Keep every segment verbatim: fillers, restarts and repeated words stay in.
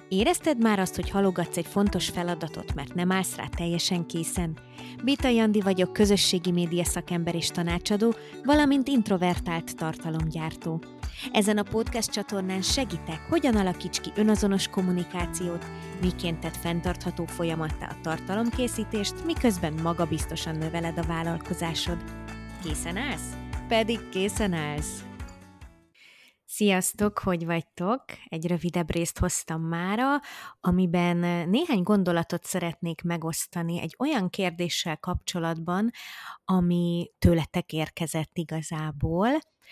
Érezted már azt, hogy halogatsz egy fontos feladatot, mert nem állsz rá teljesen készen? Bitai Andi vagyok, közösségi média szakember és tanácsadó, valamint introvertált tartalomgyártó. Ezen a podcast csatornán segítek, hogyan alakíts ki önazonos kommunikációt, miként tedd fenntartható folyamattá a tartalomkészítést, miközben magabiztosan növeled a vállalkozásod. Készen állsz? Pedig készen állsz! Sziasztok, hogy vagytok? Egy rövidebb részt hoztam mára, amiben néhány gondolatot szeretnék megosztani egy olyan kérdéssel kapcsolatban, ami tőletek érkezett igazából,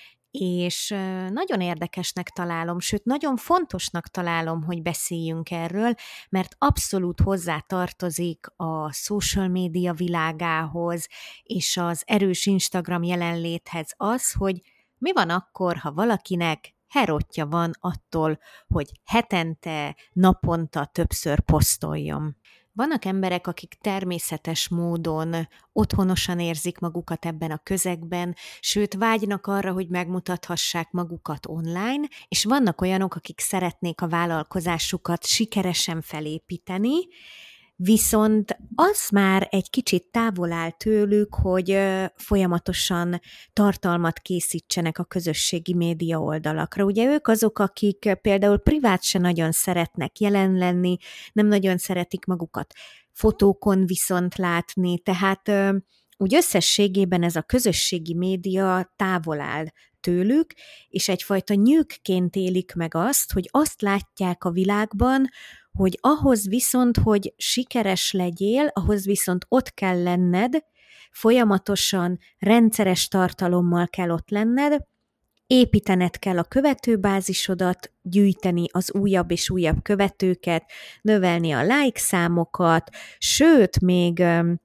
és nagyon érdekesnek találom, sőt, nagyon fontosnak találom, hogy beszéljünk erről, mert abszolút hozzá tartozik a social média világához, és az erős Instagram jelenléthez az, hogy mi van akkor, ha valakinek herottja van attól, hogy hetente, naponta többször posztoljon. Vannak emberek, akik természetes módon otthonosan érzik magukat ebben a közegben, sőt vágynak arra, hogy megmutathassák magukat online, és vannak olyanok, akik szeretnék a vállalkozásukat sikeresen felépíteni, viszont az már egy kicsit távol áll tőlük, hogy folyamatosan tartalmat készítsenek a közösségi média oldalakra. Ugye ők azok, akik például privát se nagyon szeretnek jelen lenni, nem nagyon szeretik magukat fotókon viszont látni, tehát úgy összességében ez a közösségi média távol áll tőlük, és egyfajta nyűgként élik meg azt, hogy azt látják a világban, hogy ahhoz viszont, hogy sikeres legyél, ahhoz viszont ott kell lenned, folyamatosan rendszeres tartalommal kell ott lenned, építened kell a követőbázisodat, gyűjteni az újabb és újabb követőket, növelni a like számokat, sőt, még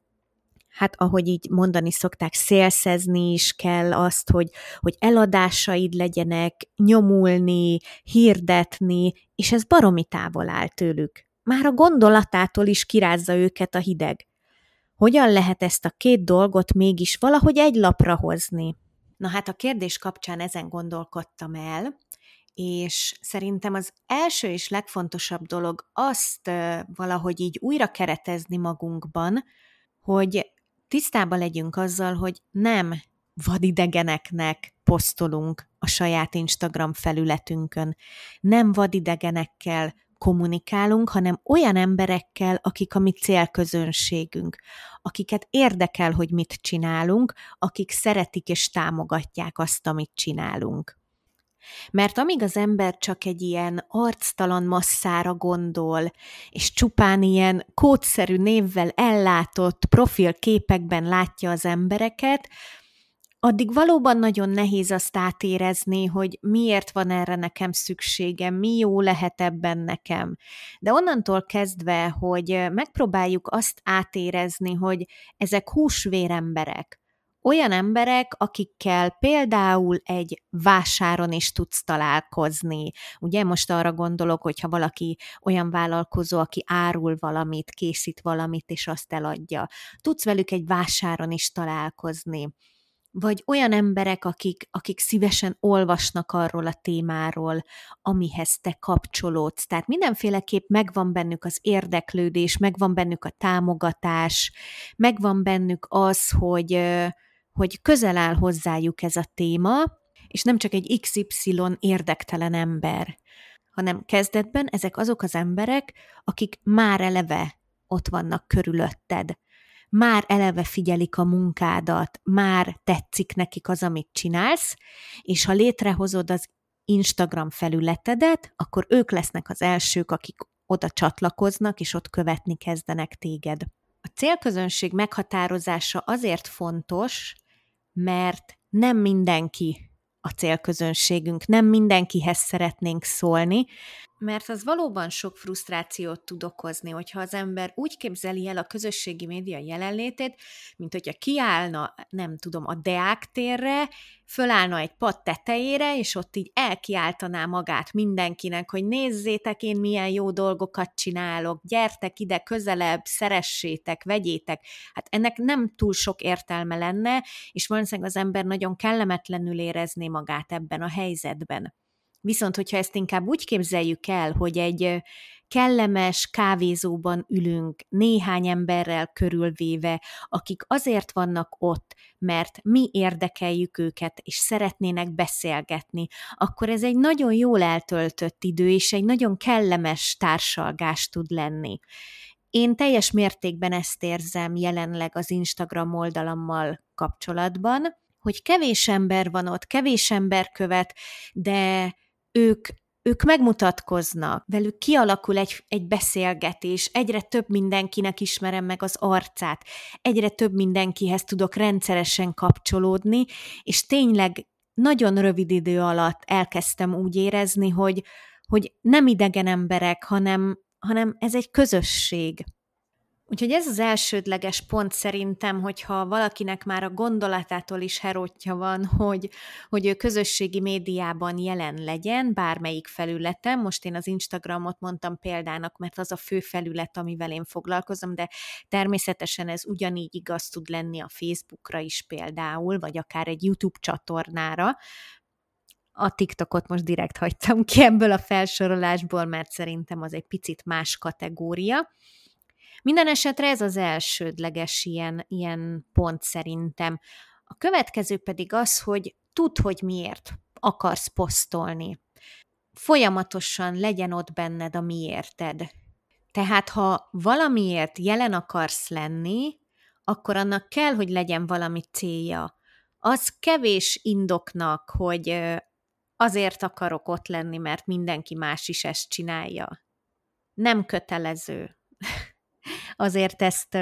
hát ahogy így mondani szokták, szélszezni is kell azt, hogy, hogy eladásaid legyenek, nyomulni, hirdetni, és ez baromi távol áll tőlük. Már a gondolatától is kirázza őket a hideg. Hogyan lehet ezt a két dolgot mégis valahogy egy lapra hozni? Na hát a kérdés kapcsán ezen gondolkodtam el, és szerintem az első és legfontosabb dolog azt valahogy így újra keretezni magunkban, hogy tisztában legyünk azzal, hogy nem vadidegeneknek posztolunk a saját Instagram felületünkön, nem vadidegenekkel kommunikálunk, hanem olyan emberekkel, akik a mi célközönségünk, akiket érdekel, hogy mit csinálunk, akik szeretik és támogatják azt, amit csinálunk. Mert amíg az ember csak egy ilyen arctalan masszára gondol, és csupán ilyen kódszerű névvel ellátott profilképekben látja az embereket, addig valóban nagyon nehéz azt átérezni, hogy miért van erre nekem szükségem, mi jó lehet ebben nekem. De onnantól kezdve, hogy megpróbáljuk azt átérezni, hogy ezek húsvéremberek, olyan emberek, akikkel például egy vásáron is tudsz találkozni. Ugye most arra gondolok, hogyha valaki olyan vállalkozó, aki árul valamit, készít valamit, és azt eladja. Tudsz velük egy vásáron is találkozni. Vagy olyan emberek, akik, akik szívesen olvasnak arról a témáról, amihez te kapcsolódsz. Tehát mindenféleképp megvan bennük az érdeklődés, megvan bennük a támogatás, megvan bennük az, hogy... hogy közel áll hozzájuk ez a téma, és nem csak egy iksz ipszilon érdektelen ember, hanem kezdetben ezek azok az emberek, akik már eleve ott vannak körülötted, már eleve figyelik a munkádat, már tetszik nekik az, amit csinálsz, és ha létrehozod az Instagram felületedet, akkor ők lesznek az elsők, akik oda csatlakoznak, és ott követni kezdenek téged. A célközönség meghatározása azért fontos, mert nem mindenki a célközönségünk, nem mindenkihez szeretnénk szólni, mert az valóban sok frusztrációt tud okozni, hogyha az ember úgy képzeli el a közösségi média jelenlétét, mint hogyha kiállna, nem tudom, a Deák térre, fölállna egy pad tetejére, és ott így elkiáltaná magát mindenkinek, hogy nézzétek, én milyen jó dolgokat csinálok, gyertek ide közelebb, szeressétek, vegyétek. Hát ennek nem túl sok értelme lenne, és valószínűleg az ember nagyon kellemetlenül érezné magát ebben a helyzetben. Viszont, hogyha ezt inkább úgy képzeljük el, hogy egy kellemes kávézóban ülünk néhány emberrel körülvéve, akik azért vannak ott, mert mi érdekeljük őket, és szeretnének beszélgetni, akkor ez egy nagyon jól eltöltött idő, és egy nagyon kellemes társalgás tud lenni. Én teljes mértékben ezt érzem jelenleg az Instagram oldalammal kapcsolatban, hogy kevés ember van ott, kevés ember követ, de ők, ők megmutatkoznak, velük kialakul egy, egy beszélgetés, egyre több mindenkinek ismerem meg az arcát, egyre több mindenkihez tudok rendszeresen kapcsolódni, és tényleg nagyon rövid idő alatt elkezdtem úgy érezni, hogy, hogy nem idegen emberek, hanem, hanem ez egy közösség. Úgyhogy ez az elsődleges pont szerintem, hogyha valakinek már a gondolatától is herótja van, hogy, hogy ő közösségi médiában jelen legyen, bármelyik felületen. Most én az Instagramot mondtam példának, mert az a fő felület, amivel én foglalkozom, de természetesen ez ugyanígy igaz tud lenni a Facebookra is például, vagy akár egy YouTube csatornára. A TikTokot most direkt hagytam ki ebből a felsorolásból, mert szerintem az egy picit más kategória. Minden esetre ez az elsődleges ilyen, ilyen pont szerintem. A következő pedig az, hogy tudd, hogy miért akarsz posztolni. Folyamatosan legyen ott benned a miérted. Tehát ha valamiért jelen akarsz lenni, akkor annak kell, hogy legyen valami célja. Az kevés indoknak, hogy azért akarok ott lenni, mert mindenki más is ezt csinálja. Nem kötelező. Azért ezt,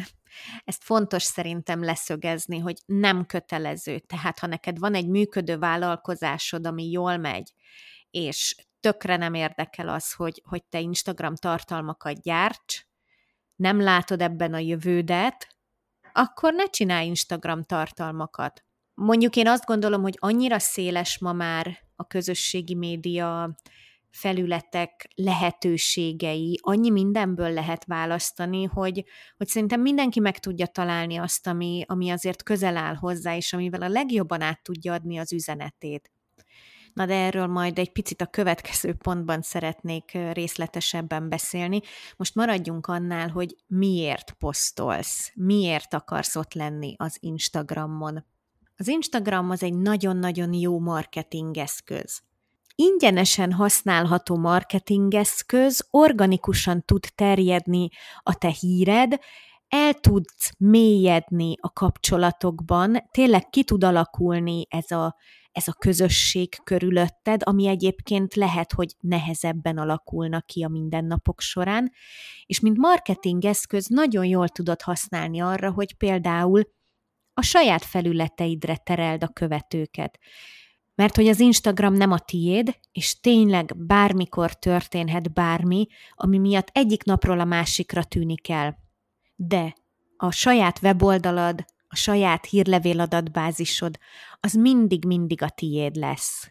ezt fontos szerintem leszögezni, hogy nem kötelező. Tehát ha neked van egy működő vállalkozásod, ami jól megy, és tökre nem érdekel az, hogy, hogy te Instagram tartalmakat gyárts, nem látod ebben a jövődet, akkor ne csinálj Instagram tartalmakat. Mondjuk én azt gondolom, hogy annyira széles ma már a közösségi média felületek lehetőségei, annyi mindenből lehet választani, hogy, hogy szerintem mindenki meg tudja találni azt, ami, ami azért közel áll hozzá, és amivel a legjobban át tudja adni az üzenetét. Na de erről majd egy picit a következő pontban szeretnék részletesebben beszélni. Most maradjunk annál, hogy miért posztolsz, miért akarsz ott lenni az Instagramon. Az Instagram az egy nagyon-nagyon jó marketingeszköz. Ingyenesen használható marketingeszköz, organikusan tud terjedni a te híred, el tudsz mélyedni a kapcsolatokban, tényleg ki tud alakulni ez a, ez a közösség körülötted, ami egyébként lehet, hogy nehezebben alakulnak ki a mindennapok során, és mint marketingeszköz nagyon jól tudod használni arra, hogy például a saját felületeidre tereld a követőket. Mert hogy az Instagram nem a tiéd, és tényleg bármikor történhet bármi, ami miatt egyik napról a másikra tűnik el. De a saját weboldalad, a saját hírlevéladatbázisod, az mindig-mindig a tiéd lesz.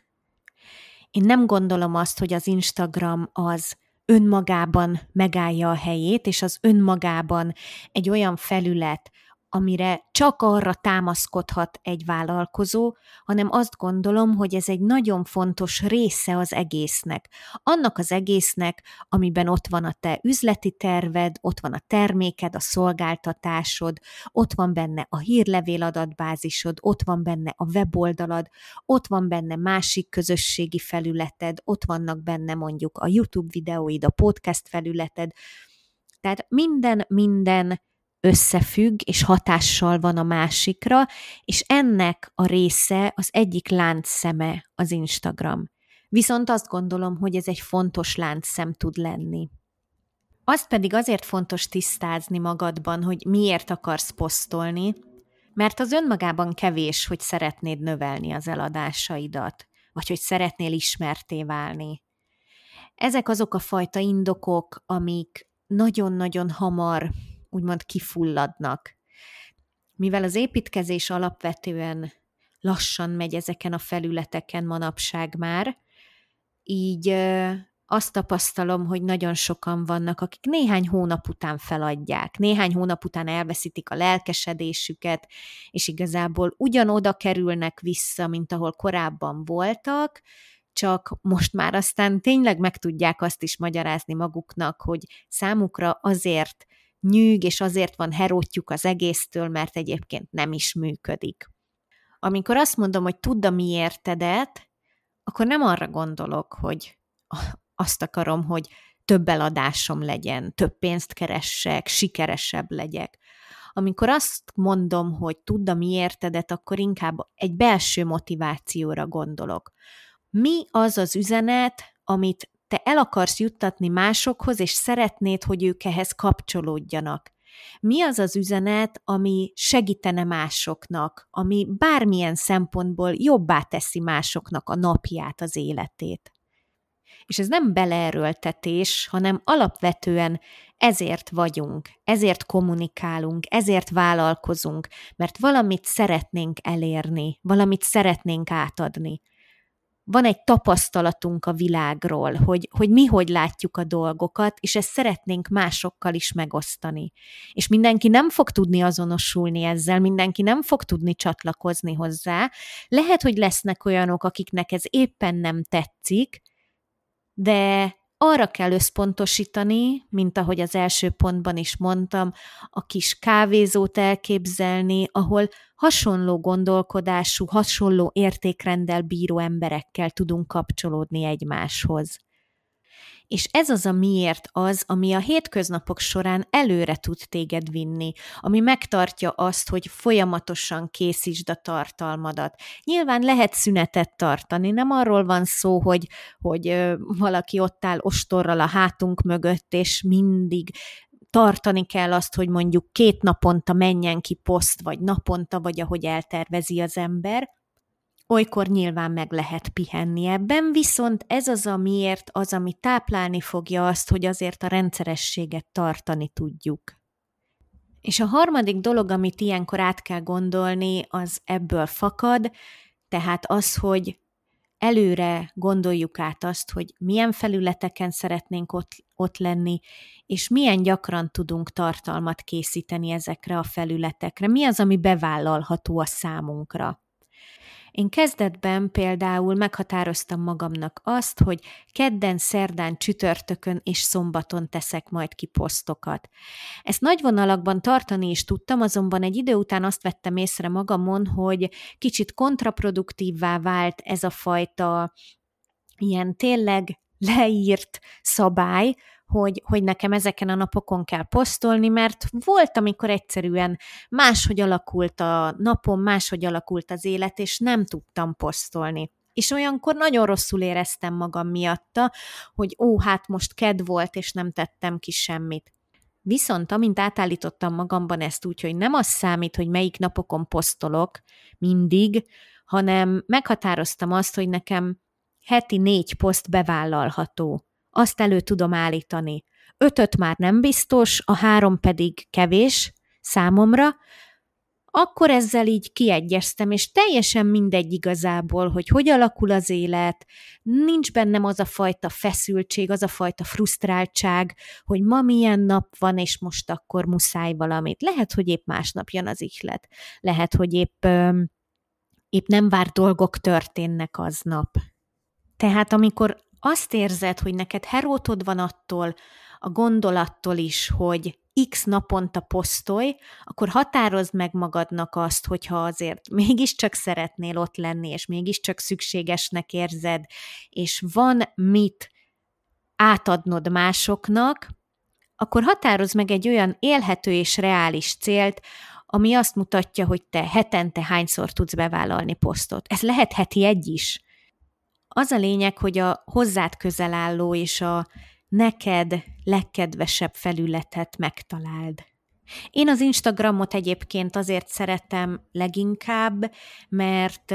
Én nem gondolom azt, hogy az Instagram az önmagában megállja a helyét, és az önmagában egy olyan felület, amire csak arra támaszkodhat egy vállalkozó, hanem azt gondolom, hogy ez egy nagyon fontos része az egésznek. Annak az egésznek, amiben ott van a te üzleti terved, ott van a terméked, a szolgáltatásod, ott van benne a hírlevéladatbázisod, ott van benne a weboldalad, ott van benne másik közösségi felületed, ott vannak benne mondjuk a YouTube videóid, a podcast felületed. Tehát minden, minden összefügg, és hatással van a másikra, és ennek a része az egyik láncszeme az Instagram. Viszont azt gondolom, hogy ez egy fontos láncszem tud lenni. Azt pedig azért fontos tisztázni magadban, hogy miért akarsz posztolni, mert az önmagában kevés, hogy szeretnéd növelni az eladásaidat, vagy hogy szeretnél ismertté válni. Ezek azok a fajta indokok, amik nagyon-nagyon hamar úgymond kifulladnak. Mivel az építkezés alapvetően lassan megy ezeken a felületeken manapság már, így ö, azt tapasztalom, hogy nagyon sokan vannak, akik néhány hónap után feladják, néhány hónap után elveszítik a lelkesedésüket, és igazából ugyanoda kerülnek vissza, mint ahol korábban voltak, csak most már aztán tényleg meg tudják azt is magyarázni maguknak, hogy számukra azért nyűg, és azért van herótjuk az egésztől, mert egyébként nem is működik. Amikor azt mondom, hogy tudd a miértedet, akkor nem arra gondolok, hogy azt akarom, hogy több eladásom legyen, több pénzt keressek, sikeresebb legyek. Amikor azt mondom, hogy tudd a miértedet, akkor inkább egy belső motivációra gondolok. Mi az az üzenet, amit te el akarsz juttatni másokhoz, és szeretnéd, hogy ők ehhez kapcsolódjanak? Mi az az üzenet, ami segítene másoknak, ami bármilyen szempontból jobbá teszi másoknak a napját, az életét? És ez nem beleerőltetés, hanem alapvetően ezért vagyunk, ezért kommunikálunk, ezért vállalkozunk, mert valamit szeretnénk elérni, valamit szeretnénk átadni. Van egy tapasztalatunk a világról, hogy, hogy mi hogy látjuk a dolgokat, és ezt szeretnénk másokkal is megosztani. És mindenki nem fog tudni azonosulni ezzel, mindenki nem fog tudni csatlakozni hozzá. Lehet, hogy lesznek olyanok, akiknek ez éppen nem tetszik, de arra kell összpontosítani, mint ahogy az első pontban is mondtam, a kis kávézót elképzelni, ahol hasonló gondolkodású, hasonló értékrenddel bíró emberekkel tudunk kapcsolódni egymáshoz. És ez az a miért az, ami a hétköznapok során előre tud téged vinni, ami megtartja azt, hogy folyamatosan készítsd a tartalmadat. Nyilván lehet szünetet tartani, nem arról van szó, hogy, hogy valaki ott áll ostorral a hátunk mögött, és mindig tartani kell azt, hogy mondjuk két naponta menjen ki poszt, vagy naponta, vagy ahogy eltervezi az ember. Olykor nyilván meg lehet pihenni ebben, viszont ez az a miért az, ami táplálni fogja azt, hogy azért a rendszerességet tartani tudjuk. És a harmadik dolog, amit ilyenkor át kell gondolni, az ebből fakad, tehát az, hogy előre gondoljuk át azt, hogy milyen felületeken szeretnénk ott, ott lenni, és milyen gyakran tudunk tartalmat készíteni ezekre a felületekre. Mi az, ami bevállalható a számunkra. Én kezdetben például meghatároztam magamnak azt, hogy kedden, szerdán, csütörtökön és szombaton teszek majd ki posztokat. Ezt nagy vonalakban tartani is tudtam, azonban egy idő után azt vettem észre magamon, hogy kicsit kontraproduktívvá vált ez a fajta ilyen tényleg leírt szabály, hogy, hogy nekem ezeken a napokon kell posztolni, mert volt, amikor egyszerűen máshogy alakult a napom, máshogy alakult az élet, és nem tudtam posztolni. És olyankor nagyon rosszul éreztem magam miatta, hogy ó, hát most kedd volt, és nem tettem ki semmit. Viszont amint átállítottam magamban ezt úgy, hogy nem az számít, hogy melyik napokon posztolok mindig, hanem meghatároztam azt, hogy nekem heti négy poszt bevállalható. Azt elő tudom állítani. Ötöt már nem biztos, a három pedig kevés számomra, akkor ezzel így kiegyeztem, és teljesen mindegy igazából, hogy hogy alakul az élet, nincs bennem az a fajta feszültség, az a fajta frusztráltság, hogy ma milyen nap van, és most akkor muszáj valamit. Lehet, hogy épp másnap jön az ihlet. Lehet, hogy épp, épp nem várt dolgok történnek aznap. Tehát amikor azt érzed, hogy neked herótod van attól, a gondolattól is, hogy x naponta posztolj, akkor határozd meg magadnak azt, hogyha azért mégiscsak szeretnél ott lenni, és mégiscsak szükségesnek érzed, és van mit átadnod másoknak, akkor határozd meg egy olyan élhető és reális célt, ami azt mutatja, hogy te hetente hányszor tudsz bevállalni posztot. Ez lehet heti egy is. Az a lényeg, hogy a hozzád közel álló és a neked legkedvesebb felületet megtaláld. Én az Instagramot egyébként azért szeretem leginkább, mert,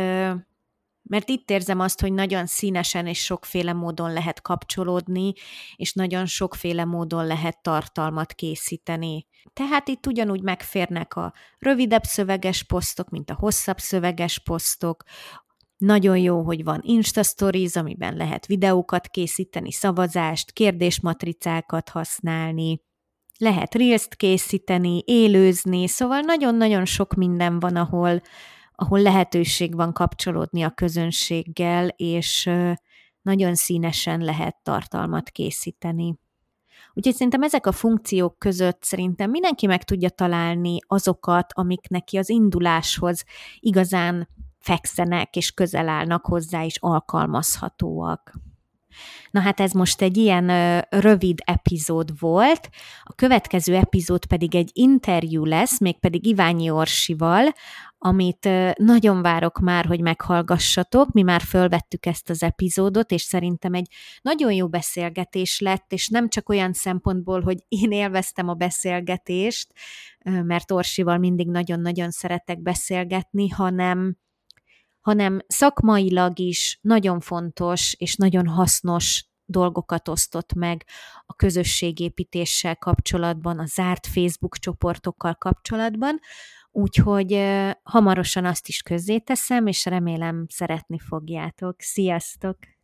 mert itt érzem azt, hogy nagyon színesen és sokféle módon lehet kapcsolódni, és nagyon sokféle módon lehet tartalmat készíteni. Tehát itt ugyanúgy megférnek a rövidebb szöveges posztok, mint a hosszabb szöveges posztok. Nagyon jó, hogy van Insta Stories, amiben lehet videókat készíteni, szavazást, kérdésmatricákat használni, lehet Reels-t készíteni, élőzni, szóval nagyon-nagyon sok minden van, ahol, ahol lehetőség van kapcsolódni a közönséggel, és nagyon színesen lehet tartalmat készíteni. Úgyhogy szerintem ezek a funkciók között szerintem mindenki meg tudja találni azokat, amik neki az induláshoz igazán fekszenek és közel állnak hozzá, és alkalmazhatóak. Na hát ez most egy ilyen ö, rövid epizód volt, a következő epizód pedig egy interjú lesz, mégpedig Iványi Orsival, amit ö, nagyon várok már, hogy meghallgassatok, mi már fölvettük ezt az epizódot, és szerintem egy nagyon jó beszélgetés lett, és nem csak olyan szempontból, hogy én élveztem a beszélgetést, ö, mert Orsival mindig nagyon-nagyon szeretek beszélgetni, hanem hanem szakmailag is nagyon fontos és nagyon hasznos dolgokat osztott meg a közösségépítéssel kapcsolatban, a zárt Facebook csoportokkal kapcsolatban, úgyhogy eh, hamarosan azt is közzéteszem, és remélem szeretni fogjátok. Sziasztok!